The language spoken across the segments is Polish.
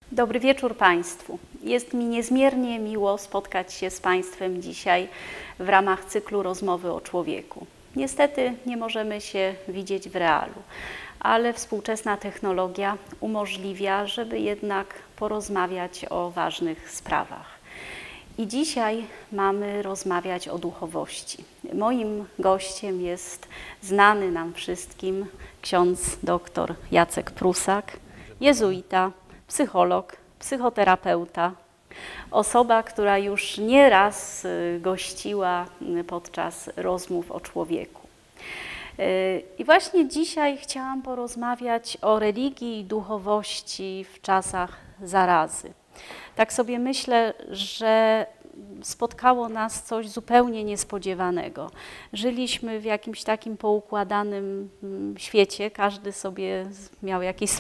Dobry wieczór Państwu. Jest mi niezmiernie miło spotkać się z Państwem dzisiaj w ramach cyklu Rozmowy o człowieku. Niestety nie możemy się widzieć w realu, ale współczesna technologia umożliwia, żeby jednak porozmawiać o ważnych sprawach. I dzisiaj mamy rozmawiać o duchowości. Moim gościem jest znany nam wszystkim ksiądz dr Jacek Prusak, jezuita, psycholog, psychoterapeuta, osoba, która już nieraz gościła podczas rozmów o człowieku. I właśnie dzisiaj chciałam porozmawiać o religii i duchowości w czasach zarazy. Tak sobie myślę, że spotkało nas coś zupełnie niespodziewanego. Żyliśmy w jakimś takim poukładanym świecie, każdy sobie miał jakiś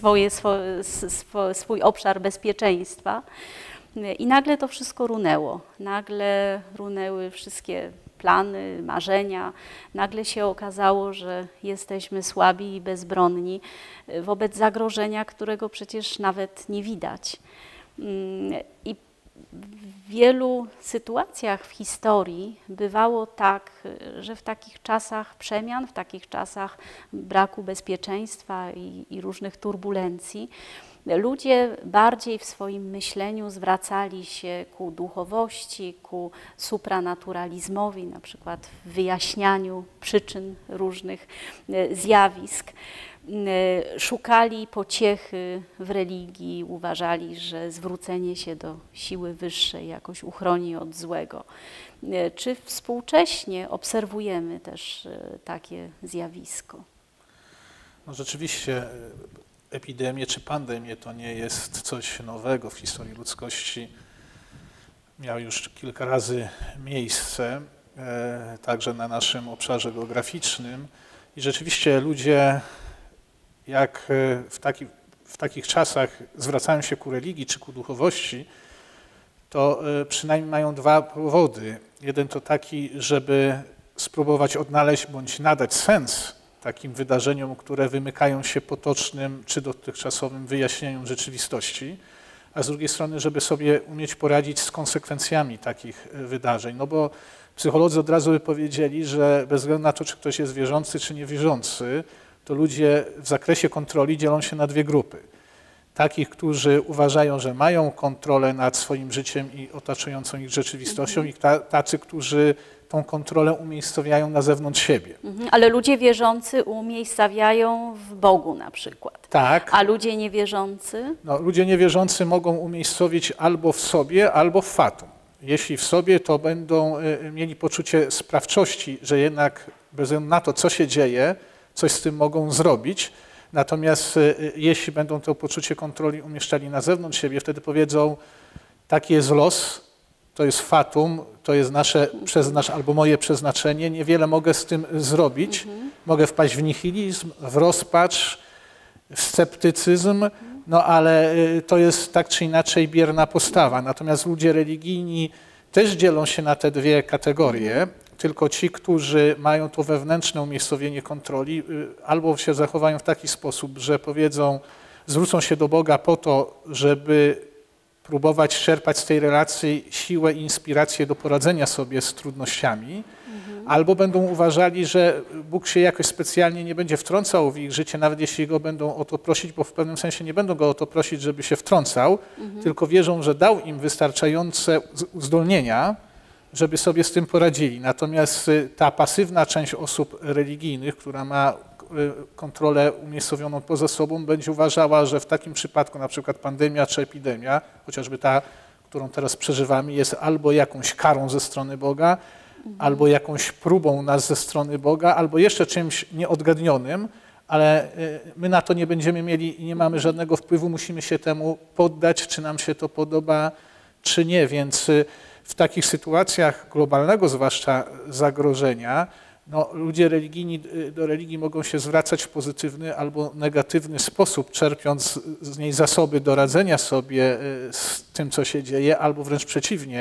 swój obszar bezpieczeństwa i nagle to wszystko runęło. Nagle runęły wszystkie plany, marzenia. Nagle się okazało, że jesteśmy słabi i bezbronni wobec zagrożenia, którego przecież nawet nie widać. I w wielu sytuacjach w historii bywało tak, że w takich czasach przemian, w takich czasach braku bezpieczeństwa i różnych turbulencji, ludzie bardziej w swoim myśleniu zwracali się ku duchowości, ku supranaturalizmowi, na przykład w wyjaśnianiu przyczyn różnych zjawisk. Szukali pociechy w religii, uważali, że zwrócenie się do siły wyższej jakoś uchroni od złego. Czy współcześnie obserwujemy też takie zjawisko? No rzeczywiście epidemie czy pandemie to nie jest coś nowego w historii ludzkości. Miało już kilka razy miejsce, także na naszym obszarze geograficznym. I rzeczywiście ludzie, jak w takich czasach zwracają się ku religii czy ku duchowości, to przynajmniej mają dwa powody. Jeden to taki, żeby spróbować odnaleźć bądź nadać sens takim wydarzeniom, które wymykają się potocznym czy dotychczasowym wyjaśnieniom rzeczywistości, a z drugiej strony, żeby sobie umieć poradzić z konsekwencjami takich wydarzeń. No bo psycholodzy od razu by powiedzieli, że bez względu na to, czy ktoś jest wierzący, czy niewierzący, to ludzie w zakresie kontroli dzielą się na dwie grupy. Takich, którzy uważają, że mają kontrolę nad swoim życiem i otaczającą ich rzeczywistością i tacy, którzy tą kontrolę umiejscowiają na zewnątrz siebie. Ale ludzie wierzący umiejscawiają w Bogu na przykład. Tak. A ludzie niewierzący? No, ludzie niewierzący mogą umiejscowić albo w sobie, albo w fatum. Jeśli w sobie, to będą mieli poczucie sprawczości, że jednak bez względu na to, co się dzieje, coś z tym mogą zrobić. Natomiast jeśli będą to poczucie kontroli umieszczali na zewnątrz siebie, wtedy powiedzą, taki jest los, to jest fatum, to jest nasze albo moje przeznaczenie, niewiele mogę z tym zrobić. Mogę wpaść w nihilizm, w rozpacz, w sceptycyzm, no ale to jest tak czy inaczej bierna postawa. Natomiast ludzie religijni też dzielą się na te dwie kategorie, tylko ci, którzy mają to wewnętrzne umiejscowienie kontroli, albo się zachowają w taki sposób, że powiedzą, zwrócą się do Boga po to, żeby próbować czerpać z tej relacji siłę i inspirację do poradzenia sobie z trudnościami, albo będą uważali, że Bóg się jakoś specjalnie nie będzie wtrącał w ich życie, nawet jeśli go będą o to prosić, bo w pewnym sensie nie będą go o to prosić, żeby się wtrącał, tylko wierzą, że dał im wystarczające uzdolnienia, żeby sobie z tym poradzili. Natomiast ta pasywna część osób religijnych, która ma kontrolę umiejscowioną poza sobą, będzie uważała, że w takim przypadku na przykład pandemia czy epidemia, chociażby ta, którą teraz przeżywamy, jest albo jakąś karą ze strony Boga, albo jakąś próbą nas ze strony Boga, albo jeszcze czymś nieodgadnionym, ale my na to nie będziemy mieli i nie mamy żadnego wpływu, musimy się temu poddać, czy nam się to podoba, czy nie. Więc w takich sytuacjach globalnego zwłaszcza zagrożenia, no, ludzie religijni do religii mogą się zwracać w pozytywny albo negatywny sposób, czerpiąc z niej zasoby do radzenia sobie z tym, co się dzieje, albo wręcz przeciwnie,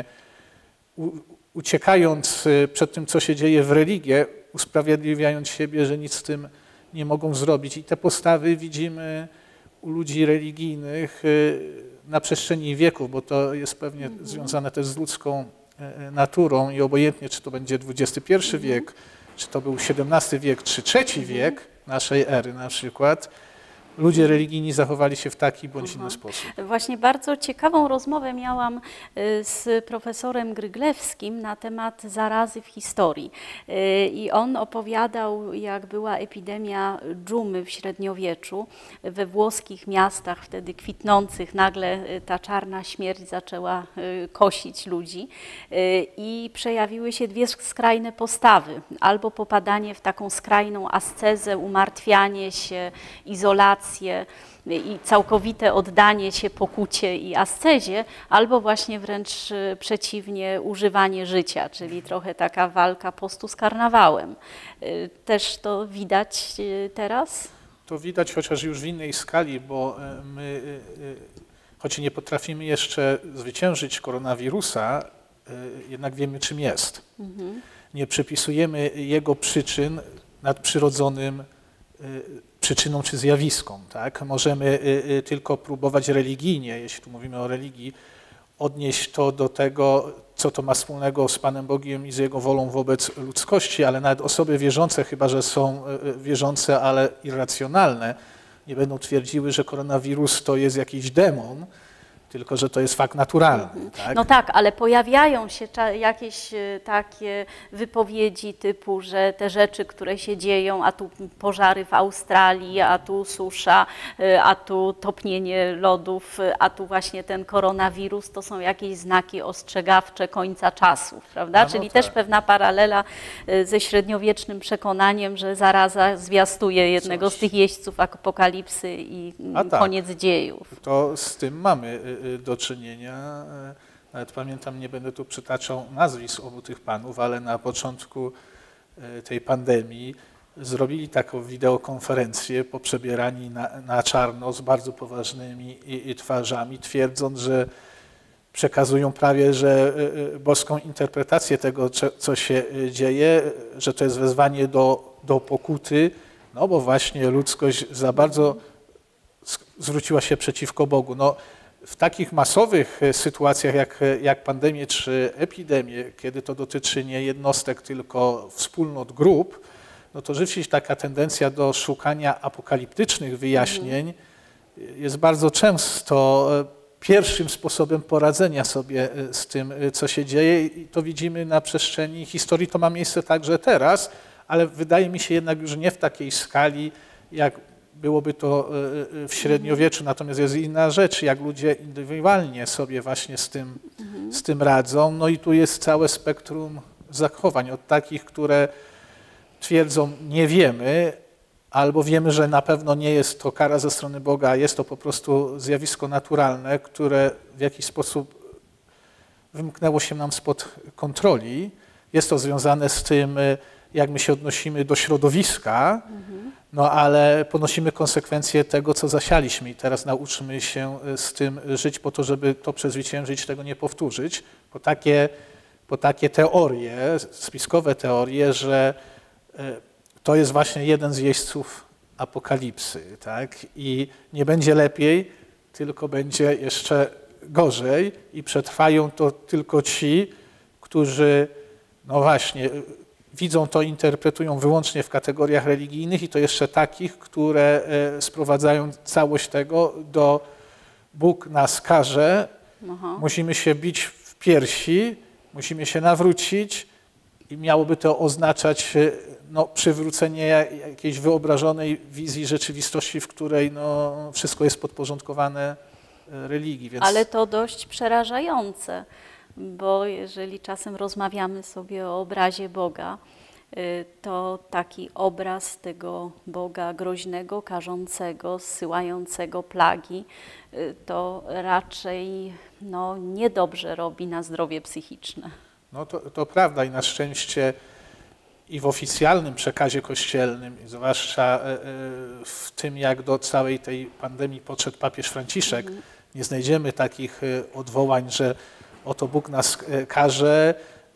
uciekając przed tym, co się dzieje w religię, usprawiedliwiając siebie, że nic z tym nie mogą zrobić. I te postawy widzimy u ludzi religijnych na przestrzeni wieków, bo to jest pewnie związane też z ludzką naturą i obojętnie, czy to będzie XXI wiek, czy to był XVII wiek, czy III wiek naszej ery na przykład, ludzie religijni zachowali się w taki bądź inny sposób. Właśnie bardzo ciekawą rozmowę miałam z profesorem Gryglewskim na temat zarazy w historii. I on opowiadał, jak była epidemia dżumy w średniowieczu, we włoskich miastach wtedy kwitnących, nagle ta czarna śmierć zaczęła kosić ludzi i przejawiły się dwie skrajne postawy. Albo popadanie w taką skrajną ascezę, umartwianie się, izolację, i całkowite oddanie się pokucie i ascezie, albo właśnie wręcz przeciwnie, używanie życia, czyli trochę taka walka postu z karnawałem. Też to widać teraz? To widać, chociaż już w innej skali, bo my, choć nie potrafimy jeszcze zwyciężyć koronawirusa, jednak wiemy, czym jest. Nie przypisujemy jego przyczyn nadprzyrodzonym przyczynom czy zjawiskom. Tak? Możemy tylko próbować religijnie, jeśli tu mówimy o religii, odnieść to do tego, co to ma wspólnego z Panem Bogiem i z Jego wolą wobec ludzkości, ale nawet osoby wierzące, chyba że są wierzące, ale irracjonalne, nie będą twierdziły, że koronawirus to jest jakiś demon, tylko że to jest fakt naturalny. Tak? No tak, ale pojawiają się jakieś takie wypowiedzi typu, że te rzeczy, które się dzieją, a tu pożary w Australii, a tu susza, a tu topnienie lodów, a tu właśnie ten koronawirus, to są jakieś znaki ostrzegawcze końca czasów, prawda? No, czyli tak. też pewna paralela ze średniowiecznym przekonaniem, że zaraza zwiastuje jednego z tych jeźdźców apokalipsy i koniec dziejów. To z tym mamy do czynienia. Nawet pamiętam, nie będę tu przytaczał nazwisk obu tych panów, ale na początku tej pandemii zrobili taką wideokonferencję poprzebierani na czarno z bardzo poważnymi twarzami, twierdząc, że przekazują prawie, że boską interpretację tego, co się dzieje, że to jest wezwanie do pokuty, no bo właśnie ludzkość za bardzo zwróciła się przeciwko Bogu. No, w takich masowych sytuacjach jak pandemie czy epidemie, kiedy to dotyczy nie jednostek, tylko wspólnot grup, no to rzeczywiście taka tendencja do szukania apokaliptycznych wyjaśnień jest bardzo często pierwszym sposobem poradzenia sobie z tym, co się dzieje. I to widzimy na przestrzeni historii, to ma miejsce także teraz, ale wydaje mi się jednak już nie w takiej skali, jak byłoby to w średniowieczu, natomiast jest inna rzecz, jak ludzie indywidualnie sobie właśnie z tym radzą. No i tu jest całe spektrum zachowań, od takich, które twierdzą nie wiemy, albo wiemy, że na pewno nie jest to kara ze strony Boga, jest to po prostu zjawisko naturalne, które w jakiś sposób wymknęło się nam spod kontroli. Jest to związane z tym, jak my się odnosimy do środowiska, no ale ponosimy konsekwencje tego, co zasialiśmy i teraz nauczymy się z tym żyć po to, żeby to przezwyciężyć, tego nie powtórzyć, po takie teorie, spiskowe teorie, że to jest właśnie jeden z jeźdźców apokalipsy, tak? I nie będzie lepiej, tylko będzie jeszcze gorzej i przetrwają to tylko ci, którzy, no właśnie, widzą to, interpretują wyłącznie w kategoriach religijnych i to jeszcze takich, które sprowadzają całość tego do Bóg nas karze, musimy się bić w piersi, musimy się nawrócić i miałoby to oznaczać przywrócenie jakiejś wyobrażonej wizji rzeczywistości, w której wszystko jest podporządkowane religii. Więc... Ale to dość przerażające, bo jeżeli czasem rozmawiamy sobie o obrazie Boga, to taki obraz tego Boga groźnego, karzącego, zsyłającego plagi, to raczej niedobrze robi na zdrowie psychiczne. No to prawda i na szczęście i w oficjalnym przekazie kościelnym, i zwłaszcza w tym, jak do całej tej pandemii podszedł papież Franciszek, nie znajdziemy takich odwołań, że oto Bóg nas karze,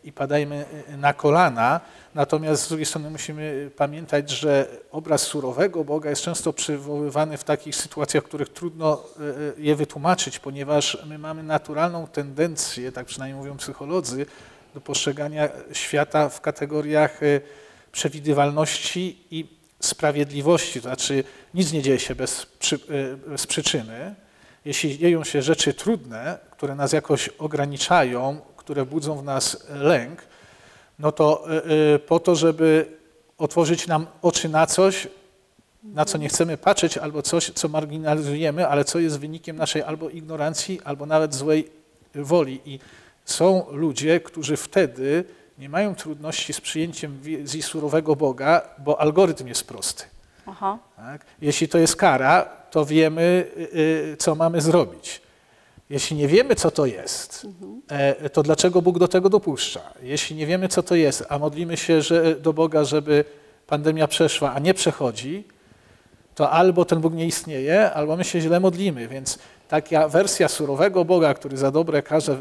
i padajmy na kolana. Natomiast z drugiej strony musimy pamiętać, że obraz surowego Boga jest często przywoływany w takich sytuacjach, w których trudno je wytłumaczyć, ponieważ my mamy naturalną tendencję, tak przynajmniej mówią psycholodzy, do postrzegania świata w kategoriach przewidywalności i sprawiedliwości. To znaczy nic nie dzieje się bez przyczyny. Jeśli dzieją się rzeczy trudne, które nas jakoś ograniczają, które budzą w nas lęk, no to po to, żeby otworzyć nam oczy na coś, na co nie chcemy patrzeć, albo coś, co marginalizujemy, ale co jest wynikiem naszej albo ignorancji, albo nawet złej woli. I są ludzie, którzy wtedy nie mają trudności z przyjęciem wizji surowego Boga, bo algorytm jest prosty. Aha. Tak? Jeśli to jest kara, to wiemy, co mamy zrobić. Jeśli nie wiemy, co to jest, to dlaczego Bóg do tego dopuszcza? Jeśli nie wiemy, co to jest, a modlimy się do Boga, żeby pandemia przeszła, a nie przechodzi, to albo ten Bóg nie istnieje, albo my się źle modlimy. Więc taka wersja surowego Boga, który za dobre karze,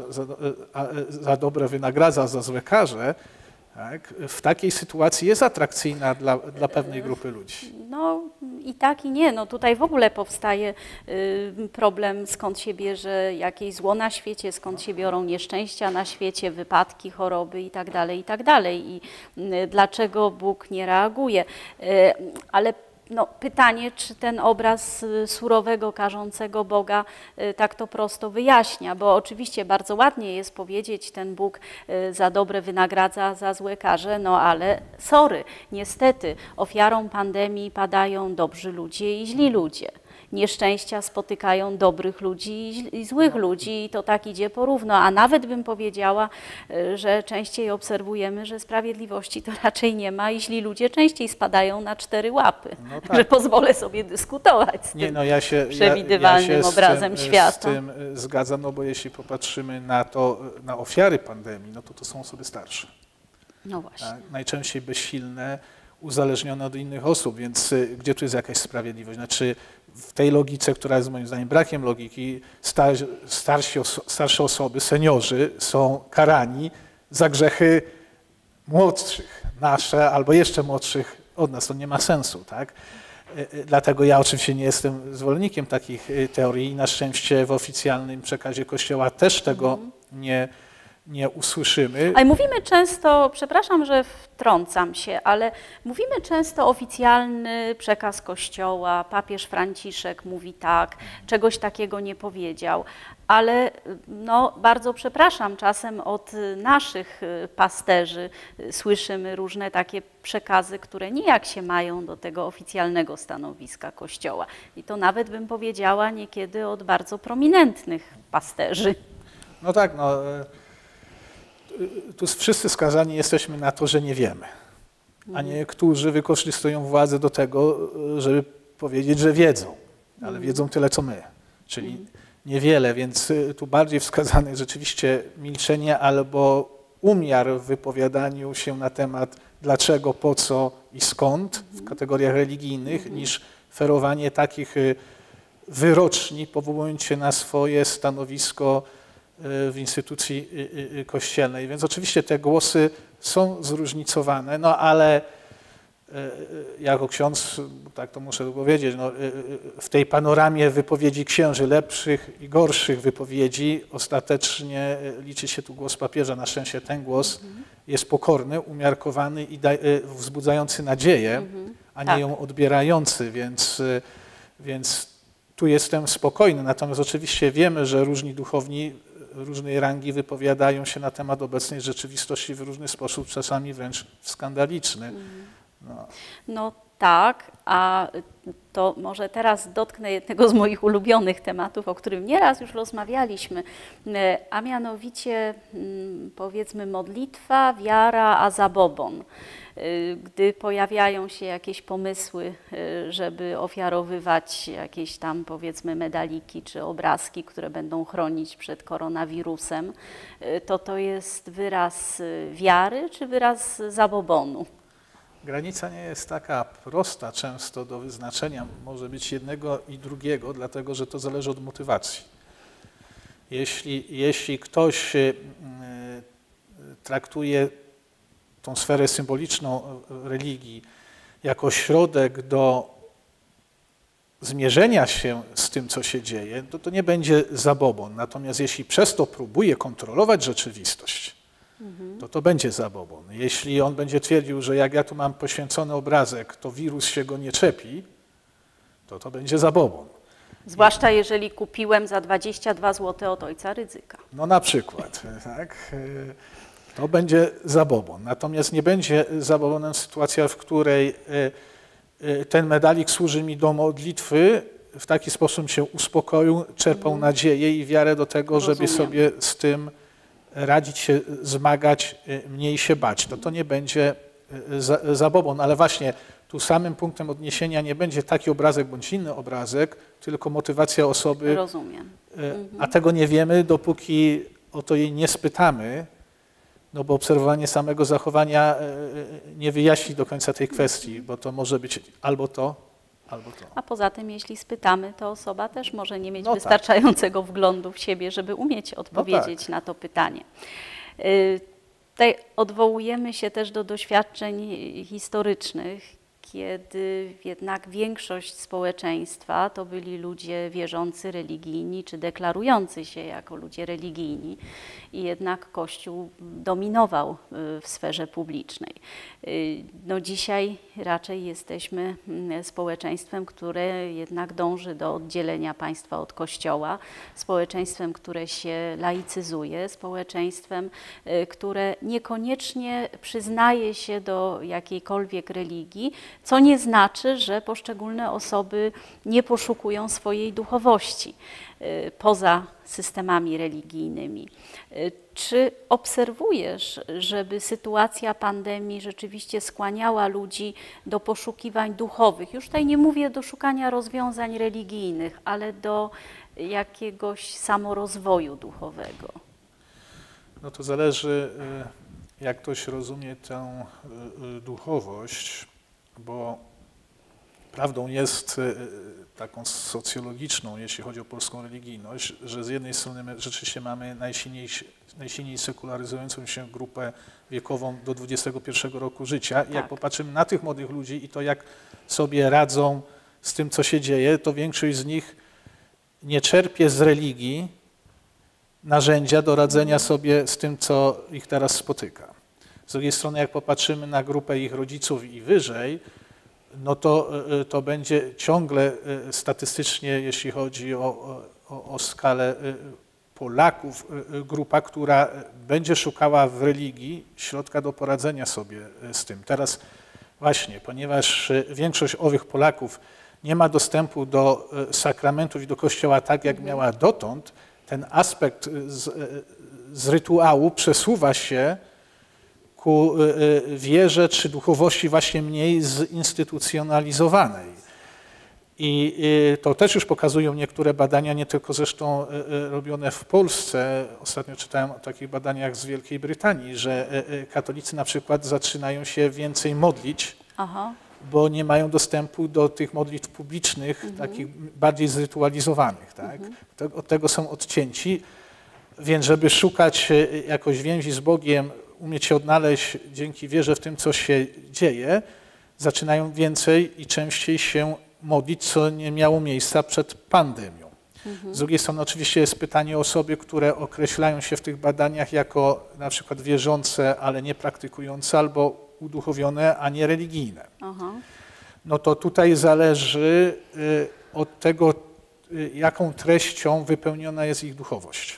za dobre wynagradza, za złe karze, tak, w takiej sytuacji jest atrakcyjna dla pewnej grupy ludzi. No i tak i nie. No tutaj w ogóle powstaje problem, skąd się bierze jakieś zło na świecie, skąd się biorą nieszczęścia na świecie, wypadki, choroby i tak dalej, i tak dalej. I dlaczego Bóg nie reaguje. Ale no, pytanie, czy ten obraz surowego, karzącego Boga tak to prosto wyjaśnia, bo oczywiście bardzo ładnie jest powiedzieć, ten Bóg za dobre wynagradza, za złe karze, no ale sorry, niestety ofiarą pandemii padają dobrzy ludzie i źli ludzie. Nieszczęścia spotykają dobrych ludzi i złych ludzi i to tak idzie porówno, a nawet bym powiedziała, że częściej obserwujemy, że sprawiedliwości to raczej nie ma i źli ludzie częściej spadają na 4 łapy, No tak. że pozwolę sobie dyskutować z tym przewidywalnym obrazem świata. Z tym zgadzam, no bo jeśli popatrzymy na ofiary pandemii, no to są osoby starsze. No właśnie. Tak? Najczęściej bezsilne, uzależnione od innych osób, więc gdzie tu jest jakaś sprawiedliwość? Znaczy w tej logice, która jest moim zdaniem brakiem logiki, starsze osoby, seniorzy są karani za grzechy młodszych, nasze albo jeszcze młodszych od nas. To nie ma sensu, tak? Dlatego ja oczywiście nie jestem zwolennikiem takich teorii i na szczęście w oficjalnym przekazie Kościoła też tego nie usłyszymy. Ale mówimy często, przepraszam, że wtrącam się, ale mówimy często oficjalny przekaz Kościoła, papież Franciszek mówi tak, czegoś takiego nie powiedział, ale no, bardzo przepraszam, czasem od naszych pasterzy słyszymy różne takie przekazy, które nijak się mają do tego oficjalnego stanowiska Kościoła. I to nawet bym powiedziała niekiedy od bardzo prominentnych pasterzy. No tak, no. Tu wszyscy skazani jesteśmy na to, że nie wiemy, a niektórzy wykorzystują władzę do tego, żeby powiedzieć, że wiedzą, ale wiedzą tyle, co my, czyli niewiele, więc tu bardziej wskazane jest rzeczywiście milczenie albo umiar w wypowiadaniu się na temat dlaczego, po co i skąd w kategoriach religijnych, niż ferowanie takich wyroczni, powołując się na swoje stanowisko w instytucji kościelnej. Więc oczywiście te głosy są zróżnicowane, no ale jako ksiądz, tak to muszę powiedzieć, no, w tej panoramie wypowiedzi księży, lepszych i gorszych wypowiedzi, ostatecznie liczy się tu głos papieża. Na szczęście ten głos jest pokorny, umiarkowany i wzbudzający nadzieję, a nie ją odbierający, więc tu jestem spokojny. Natomiast oczywiście wiemy, że różni duchowni różnej rangi wypowiadają się na temat obecnej rzeczywistości w różny sposób, czasami wręcz skandaliczny. No tak, a to może teraz dotknę jednego z moich ulubionych tematów, o którym nieraz już rozmawialiśmy, a mianowicie powiedzmy modlitwa, wiara, a zabobon. Gdy pojawiają się jakieś pomysły, żeby ofiarowywać jakieś tam powiedzmy medaliki czy obrazki, które będą chronić przed koronawirusem, to jest wyraz wiary czy wyraz zabobonu? Granica nie jest taka prosta często do wyznaczenia, może być jednego i drugiego, dlatego że to zależy od motywacji. Jeśli ktoś traktuje tą sferę symboliczną religii jako środek do zmierzenia się z tym, co się dzieje, to nie będzie zabobon. Natomiast jeśli przez to próbuje kontrolować rzeczywistość, to będzie zabobon. Jeśli on będzie twierdził, że jak ja tu mam poświęcony obrazek, to wirus się go nie czepi, to będzie zabobon. Zwłaszcza jeżeli kupiłem za 22 zł od ojca Rydzyka. No na przykład, tak? To będzie zabobon. Natomiast nie będzie zabobonem sytuacja, w której ten medalik służy mi do modlitwy, w taki sposób się uspokoił, czerpał nadzieję i wiarę do tego, żeby sobie z tym radzić się, zmagać, mniej się bać. To nie będzie zabobon, ale właśnie tu samym punktem odniesienia nie będzie taki obrazek bądź inny obrazek, tylko motywacja osoby. Rozumiem. A tego nie wiemy, dopóki o to jej nie spytamy, no bo obserwowanie samego zachowania nie wyjaśni do końca tej kwestii, bo to może być albo to, albo to. A poza tym, jeśli spytamy, to osoba też może nie mieć wystarczającego wglądu w siebie, żeby umieć odpowiedzieć na to pytanie. Tutaj odwołujemy się też do doświadczeń historycznych, kiedy jednak większość społeczeństwa to byli ludzie wierzący, religijni, czy deklarujący się jako ludzie religijni i jednak Kościół dominował w sferze publicznej. No dzisiaj raczej jesteśmy społeczeństwem, które jednak dąży do oddzielenia państwa od Kościoła, społeczeństwem, które się laicyzuje, społeczeństwem, które niekoniecznie przyznaje się do jakiejkolwiek religii, co nie znaczy, że poszczególne osoby nie poszukują swojej duchowości poza systemami religijnymi. Czy obserwujesz, żeby sytuacja pandemii rzeczywiście skłaniała ludzi do poszukiwań duchowych? Już tutaj nie mówię do szukania rozwiązań religijnych, ale do jakiegoś samorozwoju duchowego. No to zależy, jak ktoś rozumie tę duchowość, bo prawdą jest taką socjologiczną, jeśli chodzi o polską religijność, że z jednej strony my rzeczywiście mamy najsilniej sekularyzującą się grupę wiekową do 21 roku życia. I jak popatrzymy na tych młodych ludzi i to, jak sobie radzą z tym, co się dzieje, to większość z nich nie czerpie z religii narzędzia do radzenia sobie z tym, co ich teraz spotyka. Z drugiej strony, jak popatrzymy na grupę ich rodziców i wyżej, no to będzie ciągle statystycznie, jeśli chodzi o skalę Polaków, grupa, która będzie szukała w religii środka do poradzenia sobie z tym. Teraz właśnie, ponieważ większość owych Polaków nie ma dostępu do sakramentów i do Kościoła tak, jak miała dotąd, ten aspekt z rytuału przesuwa się ku wierze czy duchowości właśnie mniej zinstytucjonalizowanej. I to też już pokazują niektóre badania, nie tylko zresztą robione w Polsce. Ostatnio czytałem o takich badaniach z Wielkiej Brytanii, że katolicy na przykład zaczynają się więcej modlić, bo nie mają dostępu do tych modlitw publicznych, takich bardziej zrytualizowanych. Tak? Od tego są odcięci, więc żeby szukać jakoś więzi z Bogiem, umieć się odnaleźć dzięki wierze w tym, co się dzieje, zaczynają więcej i częściej się modlić, co nie miało miejsca przed pandemią. Z drugiej strony oczywiście jest pytanie o osoby, które określają się w tych badaniach jako na przykład wierzące, ale nie praktykujące, albo uduchowione, a nie religijne. No to tutaj zależy od tego, jaką treścią wypełniona jest ich duchowość.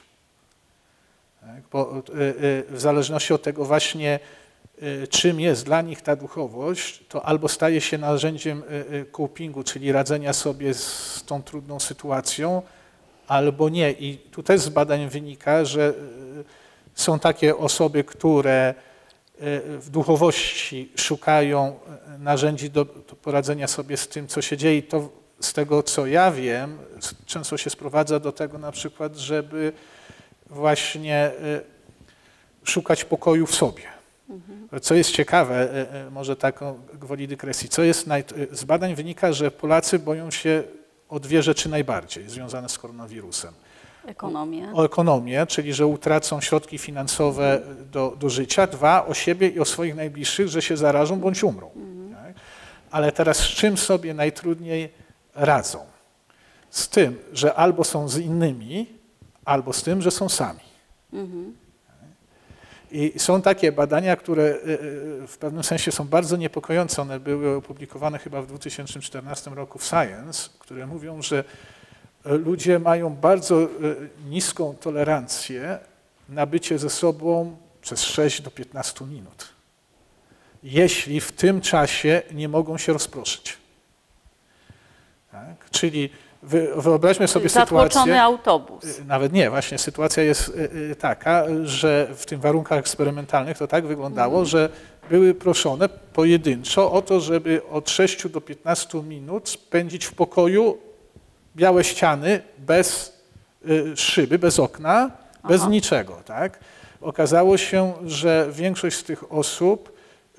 Bo w zależności od tego właśnie, czym jest dla nich ta duchowość, to albo staje się narzędziem copingu, czyli radzenia sobie z tą trudną sytuacją, albo nie. I tu też z badań wynika, że są takie osoby, które w duchowości szukają narzędzi do poradzenia sobie z tym, co się dzieje. I to z tego, co ja wiem, często się sprowadza do tego na przykład, żeby właśnie szukać pokoju w sobie. Co jest ciekawe, może taką gwoli dygresji, z badań wynika, że Polacy boją się o dwie rzeczy najbardziej związane z koronawirusem. o ekonomię, czyli że utracą środki finansowe do życia. 2, o siebie i o swoich najbliższych, że się zarażą bądź umrą. Tak? Ale teraz z czym sobie najtrudniej radzą? Z tym, że albo są z innymi, albo z tym, że są sami. I są takie badania, które w pewnym sensie są bardzo niepokojące. One były opublikowane chyba w 2014 roku w Science, które mówią, że ludzie mają bardzo niską tolerancję na bycie ze sobą przez 6 do 15 minut, jeśli w tym czasie nie mogą się rozproszyć. Tak? Czyli wyobraźmy sobie zatłoczony autobus. Nawet nie, właśnie sytuacja jest taka, że w tych warunkach eksperymentalnych to tak wyglądało, że były proszone pojedynczo o to, żeby od 6 do 15 minut spędzić w pokoju, białe ściany, bez szyby, bez okna, bez niczego. Tak? Okazało się, że większość z tych osób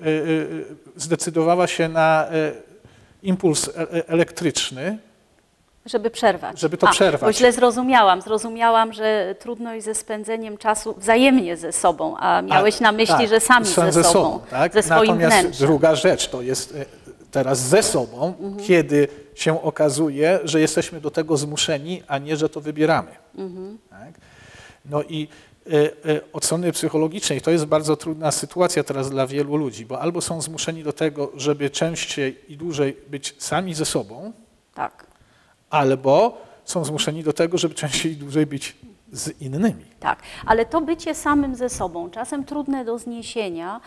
zdecydowała się na impuls elektryczny, żeby przerwać. Żeby to przerwać. Bo źle zrozumiałam. Zrozumiałam, że trudność ze spędzeniem czasu wzajemnie ze sobą, a miałeś na myśli, tak, że sami ze sobą, tak? ze swoim Natomiast wnętrzem. druga rzecz to jest teraz ze sobą, kiedy się okazuje, że jesteśmy do tego zmuszeni, a nie, że to wybieramy. Tak? No i od strony psychologicznej to jest bardzo trudna sytuacja teraz dla wielu ludzi, bo albo są zmuszeni do tego, żeby częściej i dłużej być sami ze sobą, Tak. albo są zmuszeni do tego, żeby częściej i dłużej być z innymi. Tak, ale to bycie samym ze sobą, czasem trudne do zniesienia,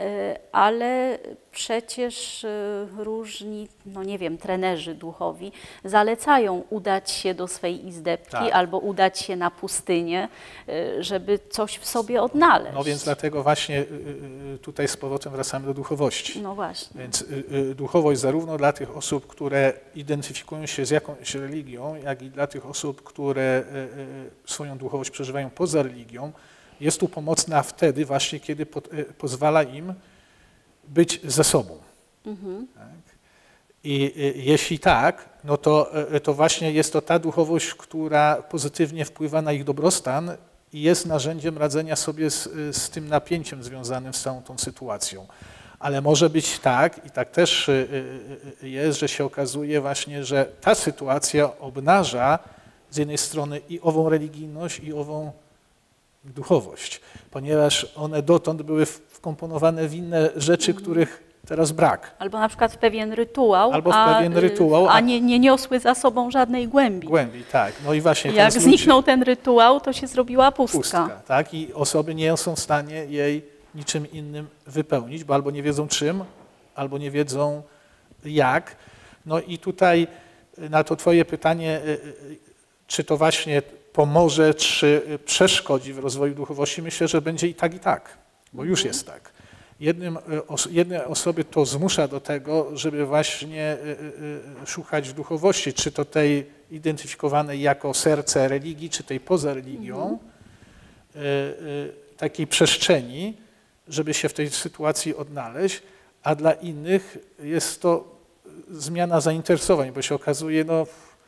ale przecież różni, no nie wiem, trenerzy duchowi zalecają udać się do swej izdebki albo udać się na pustynię, żeby coś w sobie odnaleźć. No więc dlatego właśnie tutaj z powrotem wracamy do duchowości. No właśnie. Więc duchowość zarówno dla tych osób, które identyfikują się z jakąś religią, jak i dla tych osób, które swoją duchowość przeżywają poza religią, jest tu pomocna wtedy właśnie, kiedy pozwala im być ze sobą. Tak? I jeśli tak, no to właśnie jest to ta duchowość, która pozytywnie wpływa na ich dobrostan i jest narzędziem radzenia sobie z tym napięciem związanym z całą tą sytuacją. Ale może być tak, i tak też jest, że się okazuje właśnie, że ta sytuacja obnaża z jednej strony i ową religijność, i ową duchowość, ponieważ one dotąd były wkomponowane w inne rzeczy, których teraz brak. Albo na przykład w pewien rytuał, a nie niosły za sobą żadnej głębi. Głębi, tak. No i właśnie jak zniknął ten rytuał, to się zrobiła pustka. Tak, i osoby nie są w stanie jej niczym innym wypełnić, bo albo nie wiedzą czym, albo nie wiedzą jak. No i tutaj na to twoje pytanie, czy to właśnie pomoże, czy przeszkodzi w rozwoju duchowości, myślę, że będzie i tak, bo już jest tak. Jedne osoby to zmusza do tego, żeby właśnie szukać w duchowości, czy to tej identyfikowanej jako serce religii, czy tej poza religią, takiej przestrzeni, żeby się w tej sytuacji odnaleźć, a dla innych jest to zmiana zainteresowań, bo się okazuje, no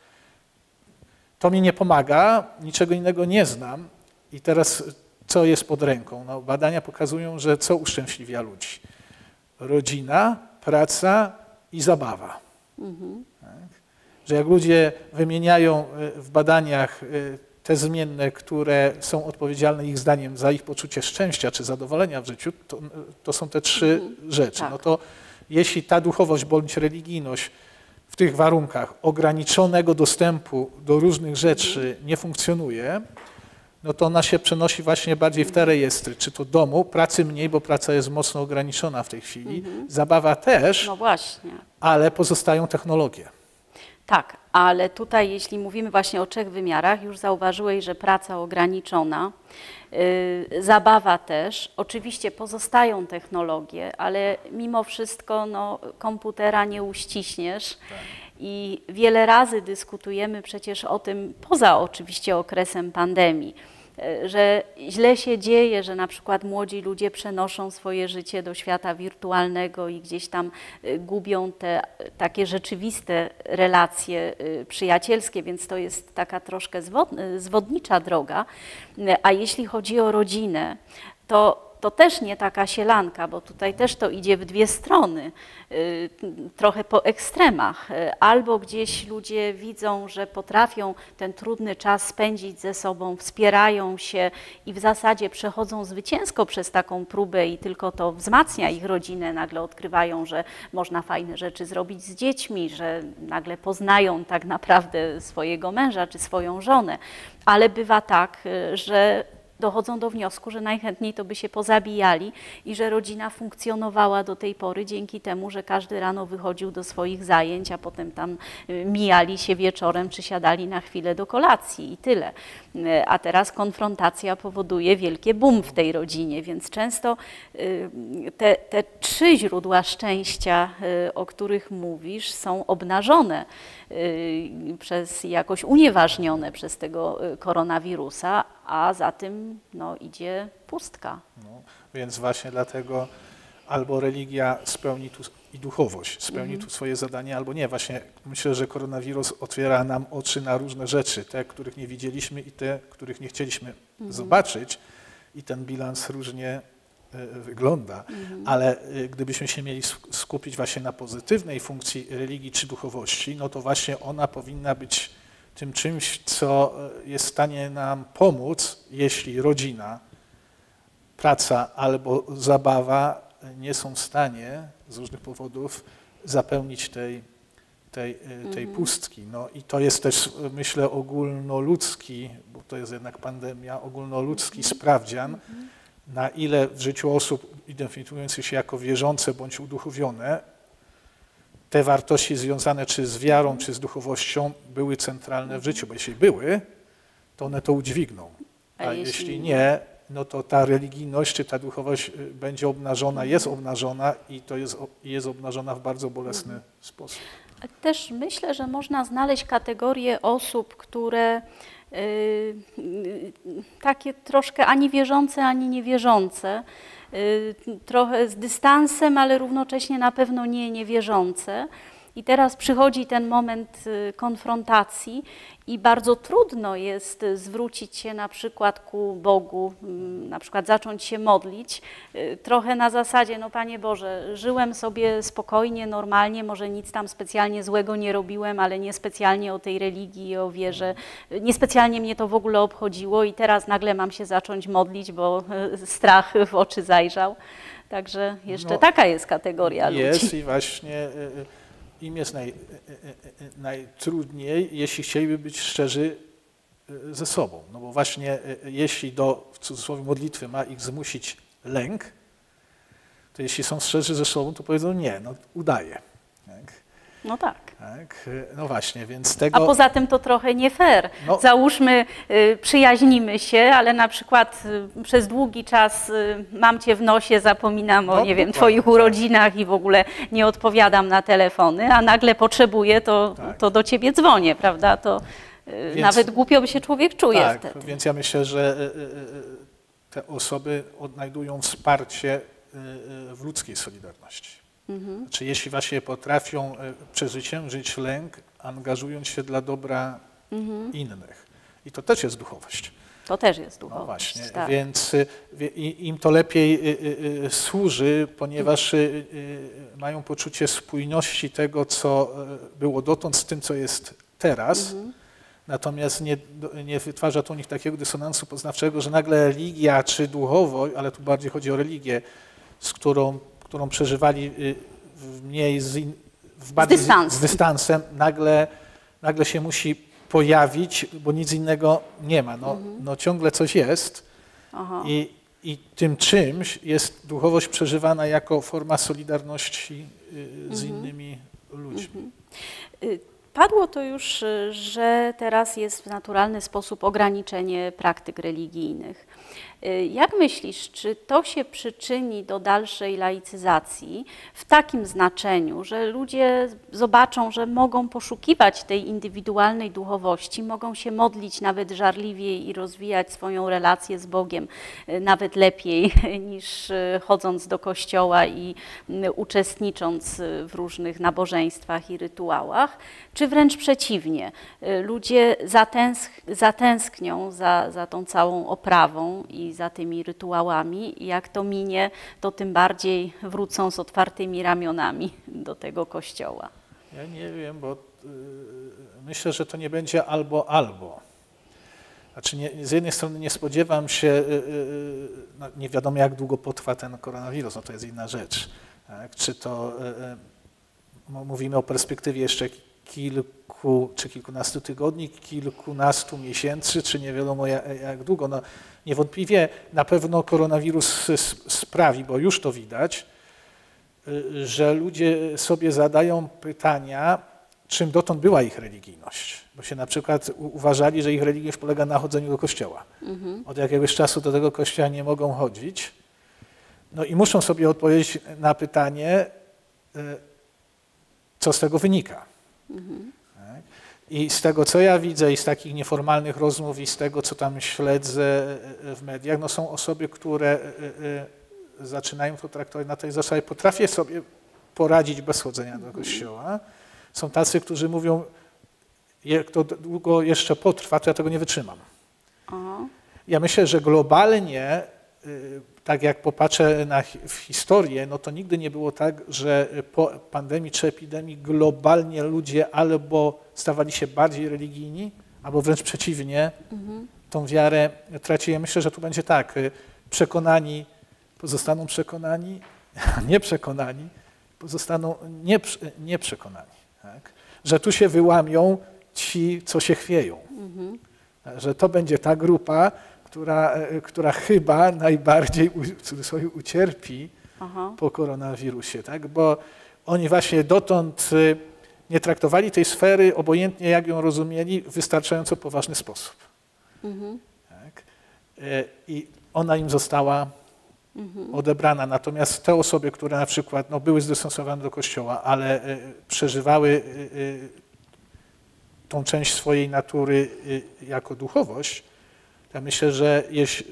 to mi nie pomaga, niczego innego nie znam i teraz co jest pod ręką? No, badania pokazują, że co uszczęśliwia ludzi? Rodzina, praca i zabawa. Tak? Że jak ludzie wymieniają w badaniach te zmienne, które są odpowiedzialne ich zdaniem za ich poczucie szczęścia czy zadowolenia w życiu, to są te trzy rzeczy. Tak. No to jeśli ta duchowość bądź religijność w tych warunkach ograniczonego dostępu do różnych rzeczy nie funkcjonuje, no to ona się przenosi właśnie bardziej w te rejestry, czy to domu, pracy mniej, bo praca jest mocno ograniczona w tej chwili, zabawa też, no właśnie. Ale pozostają technologie. Tak, ale tutaj jeśli mówimy właśnie o 3 wymiarach, już zauważyłeś, że praca ograniczona, zabawa też, oczywiście pozostają technologie, ale mimo wszystko no, komputera nie uściśniesz. Tak. I wiele razy dyskutujemy przecież o tym, poza oczywiście okresem pandemii, że źle się dzieje, że na przykład młodzi ludzie przenoszą swoje życie do świata wirtualnego i gdzieś tam gubią te takie rzeczywiste relacje przyjacielskie, więc to jest taka troszkę zwodnicza droga. A jeśli chodzi o rodzinę, to też nie taka sielanka, bo tutaj też to idzie w dwie strony, trochę po ekstremach. Albo gdzieś ludzie widzą, że potrafią ten trudny czas spędzić ze sobą, wspierają się i w zasadzie przechodzą zwycięsko przez taką próbę i tylko to wzmacnia ich rodzinę, nagle odkrywają, że można fajne rzeczy zrobić z dziećmi, że nagle poznają tak naprawdę swojego męża czy swoją żonę. Ale bywa tak, że dochodzą do wniosku, że najchętniej to by się pozabijali i że rodzina funkcjonowała do tej pory dzięki temu, że każdy rano wychodził do swoich zajęć, a potem tam mijali się wieczorem czy siadali na chwilę do kolacji i tyle. A teraz konfrontacja powoduje wielkie boom w tej rodzinie, więc często te trzy źródła szczęścia, o których mówisz, są obnażone jakoś unieważnione przez tego koronawirusa, a za tym idzie pustka. No, więc właśnie dlatego albo religia spełni tu i duchowość spełni tu swoje zadanie, albo nie. Właśnie myślę, że koronawirus otwiera nam oczy na różne rzeczy, te, których nie widzieliśmy i te, których nie chcieliśmy zobaczyć i ten bilans różnie wygląda, ale gdybyśmy się mieli skupić właśnie na pozytywnej funkcji religii czy duchowości, no to właśnie ona powinna być tym czymś, co jest w stanie nam pomóc, jeśli rodzina, praca albo zabawa nie są w stanie z różnych powodów zapełnić tej pustki. No i to jest też, myślę, ogólnoludzki, bo to jest jednak pandemia, ogólnoludzki sprawdzian, na ile w życiu osób identyfikujących się jako wierzące bądź uduchowione te wartości związane czy z wiarą, czy z duchowością były centralne w życiu, bo jeśli były, to one to udźwigną, a jeśli nie, no to ta religijność czy ta duchowość będzie obnażona, jest obnażona i to jest obnażona w bardzo bolesny sposób. Też myślę, że można znaleźć kategorię osób, które takie troszkę ani wierzące, ani niewierzące, trochę z dystansem, ale równocześnie na pewno niewierzące. I teraz przychodzi ten moment konfrontacji i bardzo trudno jest zwrócić się na przykład ku Bogu, na przykład zacząć się modlić, trochę na zasadzie, no Panie Boże, żyłem sobie spokojnie, normalnie, może nic tam specjalnie złego nie robiłem, ale niespecjalnie o tej religii i o wierze, niespecjalnie mnie to w ogóle obchodziło i teraz nagle mam się zacząć modlić, bo strach w oczy zajrzał. Także jeszcze taka jest kategoria ludzi. Jest i właśnie im jest najtrudniej, jeśli chcieliby być szczerzy ze sobą. No bo właśnie jeśli w cudzysłowie modlitwy ma ich zmusić lęk, to jeśli są szczerzy ze sobą, to powiedzą nie, no udaje. Tak? No tak. No właśnie, więc tego... A poza tym to trochę nie fair. Załóżmy, przyjaźnimy się, ale na przykład przez długi czas mam cię w nosie, zapominam o, nie wiem, twoich urodzinach i w ogóle nie odpowiadam na telefony, a nagle potrzebuję, to do ciebie dzwonię, prawda? To nawet głupio by się człowiek czuje wtedy. Więc ja myślę, że te osoby odnajdują wsparcie w ludzkiej solidarności. Znaczy, jeśli właśnie potrafią przezwyciężyć lęk, angażując się dla dobra innych. I to też jest duchowość. To też jest duchowość. No właśnie, tak. Więc im to lepiej służy, ponieważ mają poczucie spójności tego, co było dotąd z tym, co jest teraz. Natomiast nie wytwarza to u nich takiego dysonansu poznawczego, że nagle religia czy duchowość, ale tu bardziej chodzi o religię, z którą przeżywali z dystansem, nagle się musi pojawić, bo nic innego nie ma. No ciągle coś jest i tym czymś jest duchowość przeżywana jako forma solidarności z innymi ludźmi. Padło to już, że teraz jest w naturalny sposób ograniczenie praktyk religijnych. Jak myślisz, czy to się przyczyni do dalszej laicyzacji w takim znaczeniu, że ludzie zobaczą, że mogą poszukiwać tej indywidualnej duchowości, mogą się modlić nawet żarliwiej i rozwijać swoją relację z Bogiem nawet lepiej niż chodząc do kościoła i uczestnicząc w różnych nabożeństwach i rytuałach, czy wręcz przeciwnie, ludzie zatęsknią za tą całą oprawą i za tymi rytuałami i jak to minie, to tym bardziej wrócą z otwartymi ramionami do tego kościoła. Ja nie wiem, bo myślę, że to nie będzie albo. Znaczy z jednej strony nie spodziewam się, no nie wiadomo jak długo potrwa ten koronawirus, no to jest inna rzecz. Tak? Czy to mówimy o perspektywie jeszcze kilku czy kilkunastu tygodni, kilkunastu miesięcy, czy nie wiadomo jak długo. No, niewątpliwie na pewno koronawirus sprawi, bo już to widać, że ludzie sobie zadają pytania, czym dotąd była ich religijność. Bo się na przykład uważali, że ich religijność polega na chodzeniu do kościoła. Od jakiegoś czasu do tego kościoła nie mogą chodzić. No i muszą sobie odpowiedzieć na pytanie, co z tego wynika. Tak? I z tego, co ja widzę, i z takich nieformalnych rozmów, i z tego, co tam śledzę w mediach, no są osoby, które zaczynają to traktować na tej zasadzie, potrafię sobie poradzić bez chodzenia do kościoła. Są tacy, którzy mówią, jak to długo jeszcze potrwa, to ja tego nie wytrzymam. Ja myślę, że globalnie, tak jak popatrzę w historię, no to nigdy nie było tak, że po pandemii czy epidemii globalnie ludzie albo stawali się bardziej religijni, albo wręcz przeciwnie, tą wiarę tracili. Ja myślę, że tu będzie tak, przekonani pozostaną przekonani, a nieprzekonani pozostaną nieprzekonani. Tak? Że tu się wyłamią ci, co się chwieją. Że to będzie ta grupa, która chyba najbardziej w cudzysłowie ucierpi po koronawirusie. Tak? Bo oni właśnie dotąd nie traktowali tej sfery, obojętnie jak ją rozumieli, w wystarczająco poważny sposób. Tak? I ona im została odebrana. Natomiast te osoby, które na przykład były zdystansowane do kościoła, ale przeżywały tą część swojej natury jako duchowość, ja myślę, że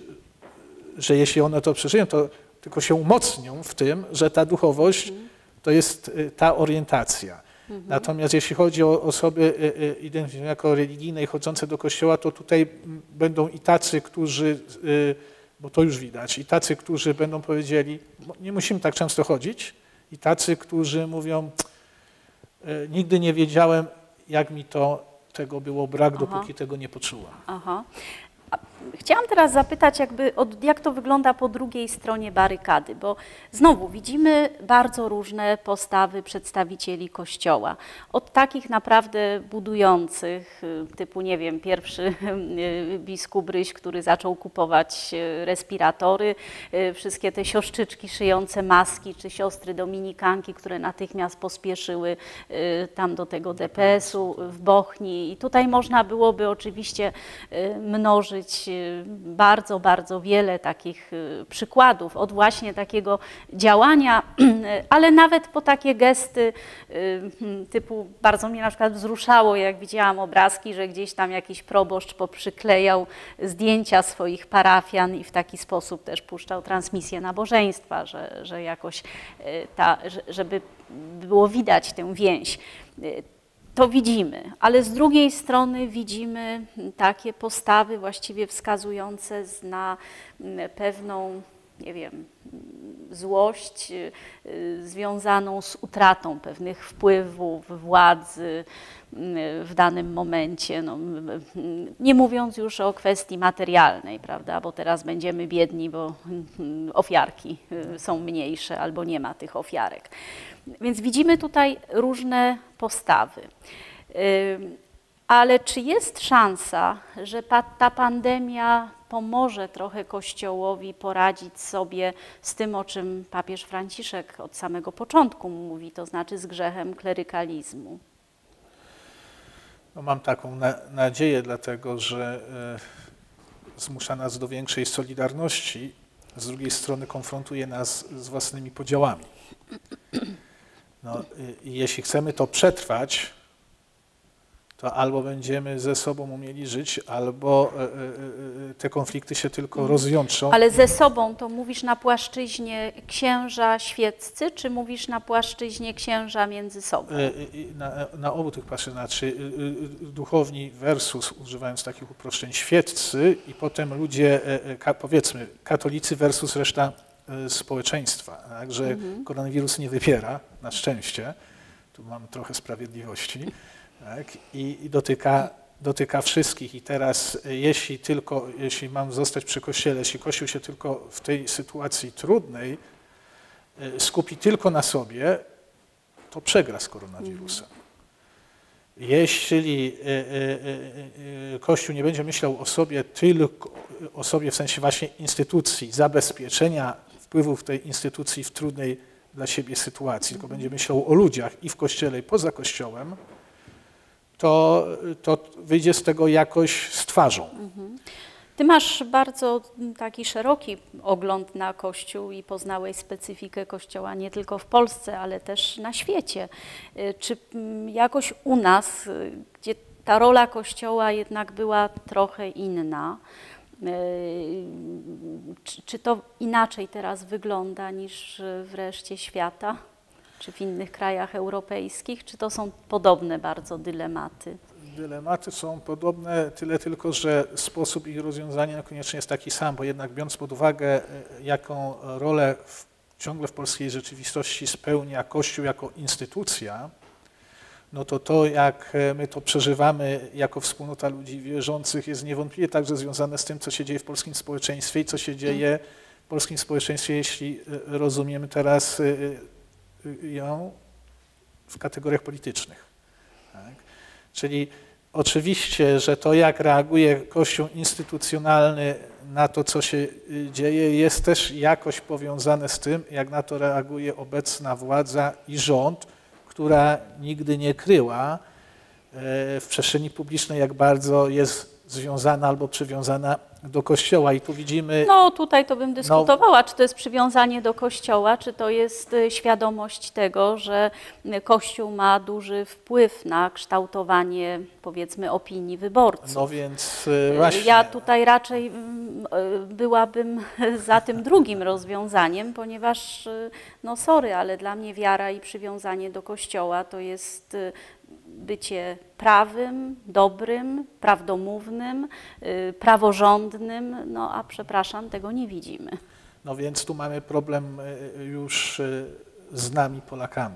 jeśli one to przeżyją, to tylko się umocnią w tym, że ta duchowość to jest ta orientacja. Natomiast jeśli chodzi o osoby identyfikowane jako religijne i chodzące do kościoła, to tutaj będą i tacy, którzy, bo to już widać, i tacy, którzy będą powiedzieli, nie musimy tak często chodzić, i tacy, którzy mówią, nigdy nie wiedziałem, jak mi tego było brak, dopóki tego nie poczułam. Chciałam teraz zapytać, jak to wygląda po drugiej stronie barykady, bo znowu widzimy bardzo różne postawy przedstawicieli Kościoła. Od takich naprawdę budujących, typu, nie wiem, pierwszy biskup Ryś, który zaczął kupować respiratory, wszystkie te sioszczyczki szyjące maski, czy siostry dominikanki, które natychmiast pospieszyły tam do tego DPS-u w Bochni. I tutaj można byłoby oczywiście mnożyć bardzo, bardzo wiele takich przykładów od właśnie takiego działania, ale nawet po takie gesty typu, bardzo mnie na przykład wzruszało, jak widziałam obrazki, że gdzieś tam jakiś proboszcz poprzyklejał zdjęcia swoich parafian i w taki sposób też puszczał transmisję nabożeństwa, że jakoś żeby było widać tę więź. To widzimy, ale z drugiej strony widzimy takie postawy właściwie wskazujące na pewną, nie wiem, złość związaną z utratą pewnych wpływów, władzy w danym momencie. No, nie mówiąc już o kwestii materialnej, prawda, bo teraz będziemy biedni, bo ofiarki są mniejsze albo nie ma tych ofiarek. Więc widzimy tutaj różne postawy. Ale czy jest szansa, że ta pandemia pomoże trochę Kościołowi poradzić sobie z tym, o czym papież Franciszek od samego początku mówi, to znaczy z grzechem klerykalizmu? No, mam taką nadzieję, dlatego że zmusza nas do większej solidarności, z drugiej strony konfrontuje nas z własnymi podziałami. No, i jeśli chcemy to przetrwać, to albo będziemy ze sobą umieli żyć, albo te konflikty się tylko rozjątrzą. Ale ze sobą to mówisz na płaszczyźnie księża świeccy, czy mówisz na płaszczyźnie księża między sobą? Na obu tych płaszczyznach, znaczy duchowni versus, używając takich uproszczeń, świeccy i potem ludzie, powiedzmy, katolicy versus reszta społeczeństwa. Także koronawirus nie wybiera, na szczęście, tu mamy trochę sprawiedliwości. Tak? I dotyka wszystkich. I teraz, jeśli mam zostać przy Kościele, jeśli Kościół się tylko w tej sytuacji trudnej skupi tylko na sobie, to przegra z koronawirusem. Jeśli Kościół nie będzie myślał o sobie tylko o sobie w sensie właśnie instytucji, zabezpieczenia wpływów tej instytucji w trudnej dla siebie sytuacji, tylko będzie myślał o ludziach i w Kościele, i poza Kościołem, to wyjdzie z tego jakoś z twarzą. Ty masz bardzo taki szeroki ogląd na Kościół i poznałeś specyfikę Kościoła nie tylko w Polsce, ale też na świecie. Czy jakoś u nas, gdzie ta rola Kościoła jednak była trochę inna, czy to inaczej teraz wygląda niż w reszcie świata? Czy w innych krajach europejskich? Czy to są podobne bardzo dylematy? Dylematy są podobne, tyle tylko, że sposób ich rozwiązania niekoniecznie jest taki sam, bo jednak biorąc pod uwagę, jaką rolę ciągle w polskiej rzeczywistości spełnia Kościół jako instytucja, no to jak my to przeżywamy jako wspólnota ludzi wierzących, jest niewątpliwie także związane z tym, co się dzieje w polskim społeczeństwie i co się dzieje w polskim społeczeństwie, jeśli rozumiemy teraz ją w kategoriach politycznych. Tak? Czyli oczywiście, że to, jak reaguje Kościół instytucjonalny na to, co się dzieje, jest też jakoś powiązane z tym, jak na to reaguje obecna władza i rząd, która nigdy nie kryła w przestrzeni publicznej, jak bardzo jest związana albo przywiązana do Kościoła. I tu widzimy... No tutaj to bym dyskutowała, czy to jest przywiązanie do Kościoła, czy to jest świadomość tego, że Kościół ma duży wpływ na kształtowanie, powiedzmy, opinii wyborców. No więc właśnie... Ja tutaj raczej byłabym za tym drugim rozwiązaniem, ponieważ, no sorry, ale dla mnie wiara i przywiązanie do Kościoła to jest bycie prawym, dobrym, prawdomównym, praworządnym, no a przepraszam, tego nie widzimy. No więc tu mamy problem już z nami, Polakami.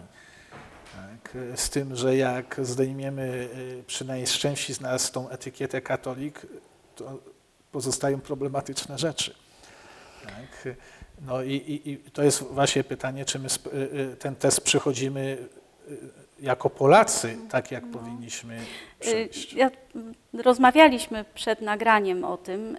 Tak? Z tym, że jak zdejmiemy przynajmniej z części z nas tą etykietę katolik, to pozostają problematyczne rzeczy. Tak? No i to jest właśnie pytanie, czy my ten test przechodzimy jako Polacy, tak jak powinniśmy przejść. Rozmawialiśmy przed nagraniem o tym,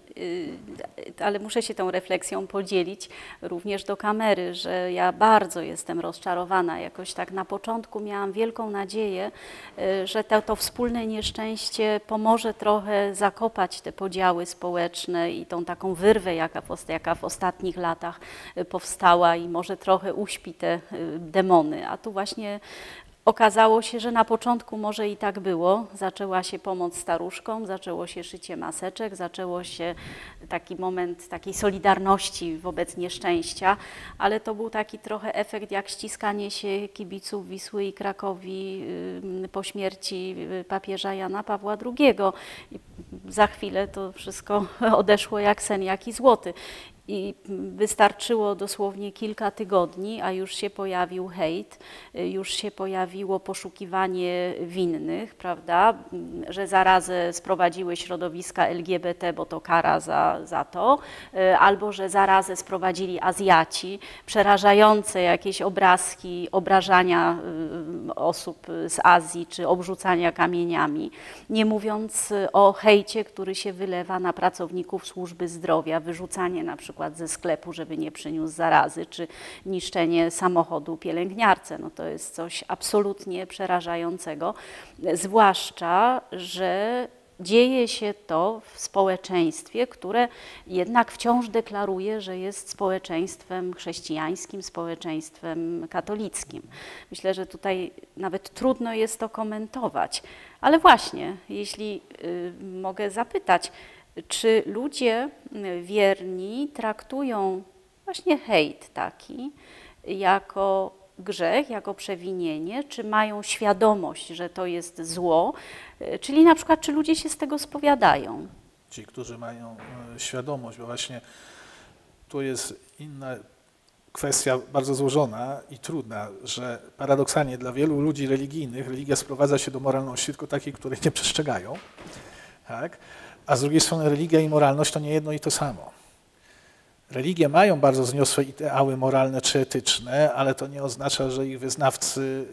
ale muszę się tą refleksją podzielić również do kamery, że ja bardzo jestem rozczarowana. Jakoś tak na początku miałam wielką nadzieję, że to wspólne nieszczęście pomoże trochę zakopać te podziały społeczne i tą taką wyrwę, jaka w ostatnich latach powstała i może trochę uśpi te demony. A tu właśnie okazało się, że na początku może i tak było. Zaczęła się pomoc staruszkom, zaczęło się szycie maseczek, zaczęło się taki moment takiej solidarności wobec nieszczęścia, ale to był taki trochę efekt jak ściskanie się kibiców Wisły i Krakowi po śmierci papieża Jana Pawła II. I za chwilę to wszystko odeszło jak sen, jaki złoty. I wystarczyło dosłownie kilka tygodni, a już się pojawił hejt, już się pojawiło poszukiwanie winnych, prawda, że zarazę sprowadziły środowiska LGBT, bo to kara za to, albo że zarazę sprowadzili Azjaci, przerażające jakieś obrazki obrażania osób z Azji, czy obrzucania kamieniami, nie mówiąc o hejcie, który się wylewa na pracowników służby zdrowia, wyrzucanie na przykład ze sklepu, żeby nie przyniósł zarazy, czy niszczenie samochodu pielęgniarce. No to jest coś absolutnie przerażającego, zwłaszcza, że dzieje się to w społeczeństwie, które jednak wciąż deklaruje, że jest społeczeństwem chrześcijańskim, społeczeństwem katolickim. Myślę, że tutaj nawet trudno jest to komentować. Ale właśnie, jeśli mogę zapytać, czy ludzie wierni traktują właśnie hejt taki jako grzech, jako przewinienie, czy mają świadomość, że to jest zło, czyli na przykład, czy ludzie się z tego spowiadają? Ci, którzy mają świadomość, bo właśnie tu jest inna kwestia bardzo złożona i trudna, że paradoksalnie dla wielu ludzi religijnych religia sprowadza się do moralności, tylko takiej, której nie przestrzegają, tak? A z drugiej strony religia i moralność to nie jedno i to samo. Religie mają bardzo wzniosłe ideały moralne czy etyczne, ale to nie oznacza, że ich wyznawcy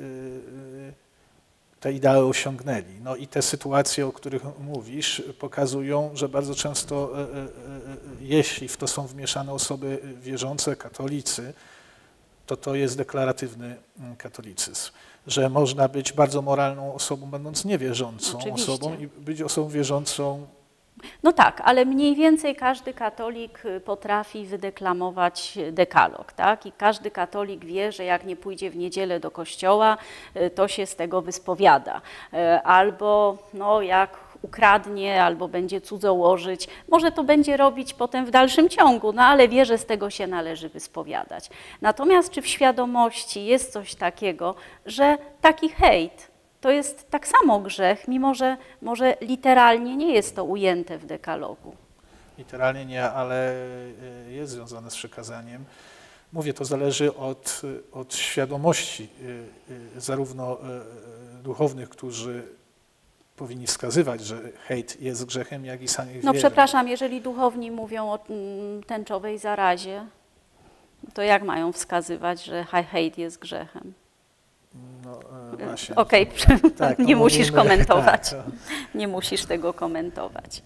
te ideały osiągnęli. No i te sytuacje, o których mówisz, pokazują, że bardzo często, jeśli w to są wmieszane osoby wierzące, katolicy, to jest deklaratywny katolicyzm. Że można być bardzo moralną osobą, będąc niewierzącą osobą i być osobą wierzącą. No tak, ale mniej więcej każdy katolik potrafi wydeklamować dekalog, tak? I każdy katolik wie, że jak nie pójdzie w niedzielę do kościoła, to się z tego wyspowiada. Albo no, jak ukradnie, albo będzie cudzołożyć, może to będzie robić potem w dalszym ciągu, no ale wie, że z tego się należy wyspowiadać. Natomiast czy w świadomości jest coś takiego, że taki hejt to jest tak samo grzech, mimo że może literalnie nie jest to ujęte w dekalogu? Literalnie nie, ale jest związane z przekazaniem. Mówię, to zależy od świadomości zarówno duchownych, którzy powinni wskazywać, że hejt jest grzechem, jak i samych wiernych. No przepraszam, jeżeli duchowni mówią o tęczowej zarazie, to jak mają wskazywać, że hejt jest grzechem? No właśnie. Okej, tak, nie musisz komentować. Tak, nie musisz tego komentować.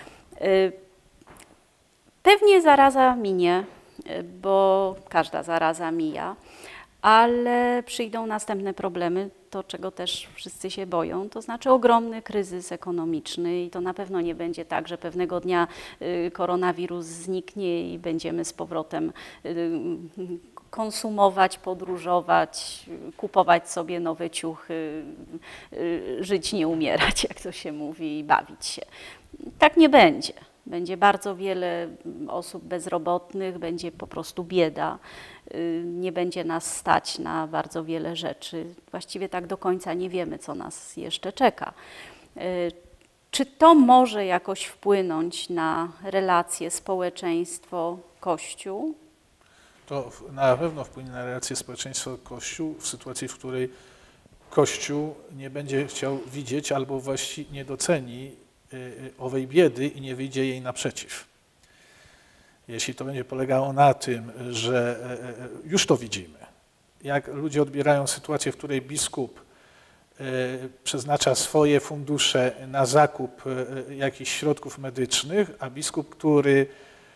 Pewnie zaraza minie, bo każda zaraza mija, ale przyjdą następne problemy, to czego też wszyscy się boją, to znaczy ogromny kryzys ekonomiczny i to na pewno nie będzie tak, że pewnego dnia koronawirus zniknie i będziemy z powrotem konsumować, podróżować, kupować sobie nowe ciuchy, żyć, nie umierać, jak to się mówi, i bawić się. Tak nie będzie. Będzie bardzo wiele osób bezrobotnych, będzie po prostu bieda, nie będzie nas stać na bardzo wiele rzeczy. Właściwie tak do końca nie wiemy, co nas jeszcze czeka. Czy to może jakoś wpłynąć na relacje społeczeństwo-Kościół? To na pewno wpłynie na relacje społeczeństwo-Kościół w sytuacji, w której Kościół nie będzie chciał widzieć albo właściwie nie doceni owej biedy i nie wyjdzie jej naprzeciw. Jeśli to będzie polegało na tym, że już to widzimy, jak ludzie odbierają sytuację, w której biskup przeznacza swoje fundusze na zakup jakichś środków medycznych, a biskup, który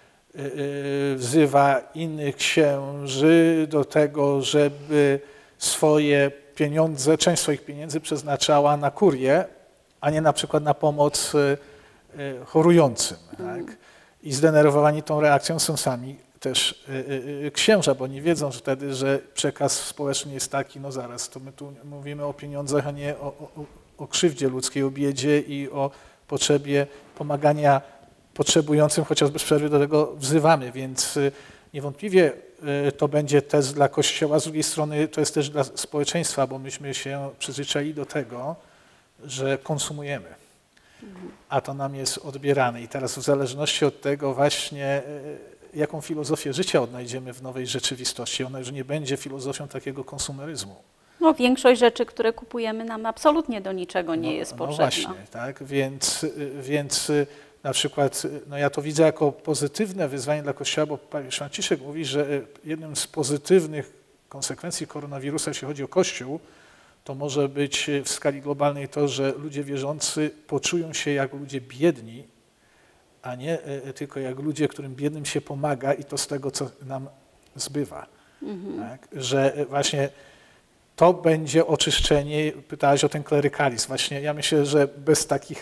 wzywa innych księży do tego, żeby swoje pieniądze, część swoich pieniędzy przeznaczała na kurię, a nie na przykład na pomoc chorującym. Tak? I zdenerwowani tą reakcją są sami też księża, bo nie wiedzą wtedy, że przekaz społeczny jest taki, no zaraz, to my tu mówimy o pieniądzach, a nie o krzywdzie ludzkiej, o biedzie i o potrzebie pomagania potrzebującym, chociaż bez przerwy do tego wzywamy, więc niewątpliwie to będzie test dla Kościoła, z drugiej strony to jest też dla społeczeństwa, bo myśmy się przyzwyczaili do tego, że konsumujemy, a to nam jest odbierane. I teraz w zależności od tego właśnie, jaką filozofię życia odnajdziemy w nowej rzeczywistości, ona już nie będzie filozofią takiego konsumeryzmu. No, większość rzeczy, które kupujemy, nam absolutnie do niczego nie jest potrzebna. No właśnie, tak, więc na przykład, no ja to widzę jako pozytywne wyzwanie dla Kościoła, bo papież Franciszek mówi, że jednym z pozytywnych konsekwencji koronawirusa, jeśli chodzi o Kościół, to może być w skali globalnej to, że ludzie wierzący poczują się jak ludzie biedni, a nie tylko jak ludzie, którym biednym się pomaga i to z tego, co nam zbywa. Tak? Że właśnie to będzie oczyszczenie, pytałaś o ten klerykalizm. Właśnie ja myślę, że bez takich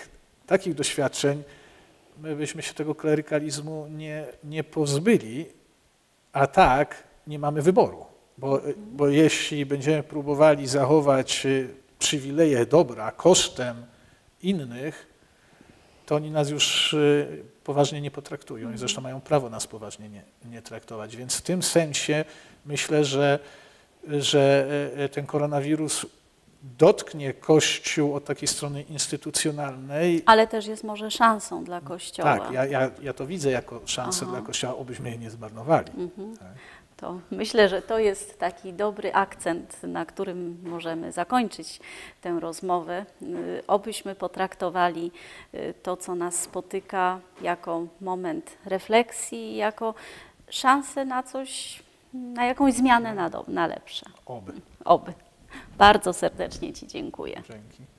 takich doświadczeń my byśmy się tego klerykalizmu nie pozbyli, a tak nie mamy wyboru. Bo jeśli będziemy próbowali zachować przywileje dobra kosztem innych, to oni nas już poważnie nie potraktują i zresztą mają prawo nas poważnie nie traktować. Więc w tym sensie myślę, że ten koronawirus dotknie Kościół od takiej strony instytucjonalnej. Ale też jest może szansą dla Kościoła. Tak, ja to widzę jako szansę dla Kościoła, obyśmy jej nie zmarnowali. Tak. To myślę, że to jest taki dobry akcent, na którym możemy zakończyć tę rozmowę. Obyśmy potraktowali to, co nas spotyka, jako moment refleksji, jako szansę na coś, na jakąś zmianę na lepsze. Oby. Oby. Bardzo serdecznie Ci dziękuję. Dzięki.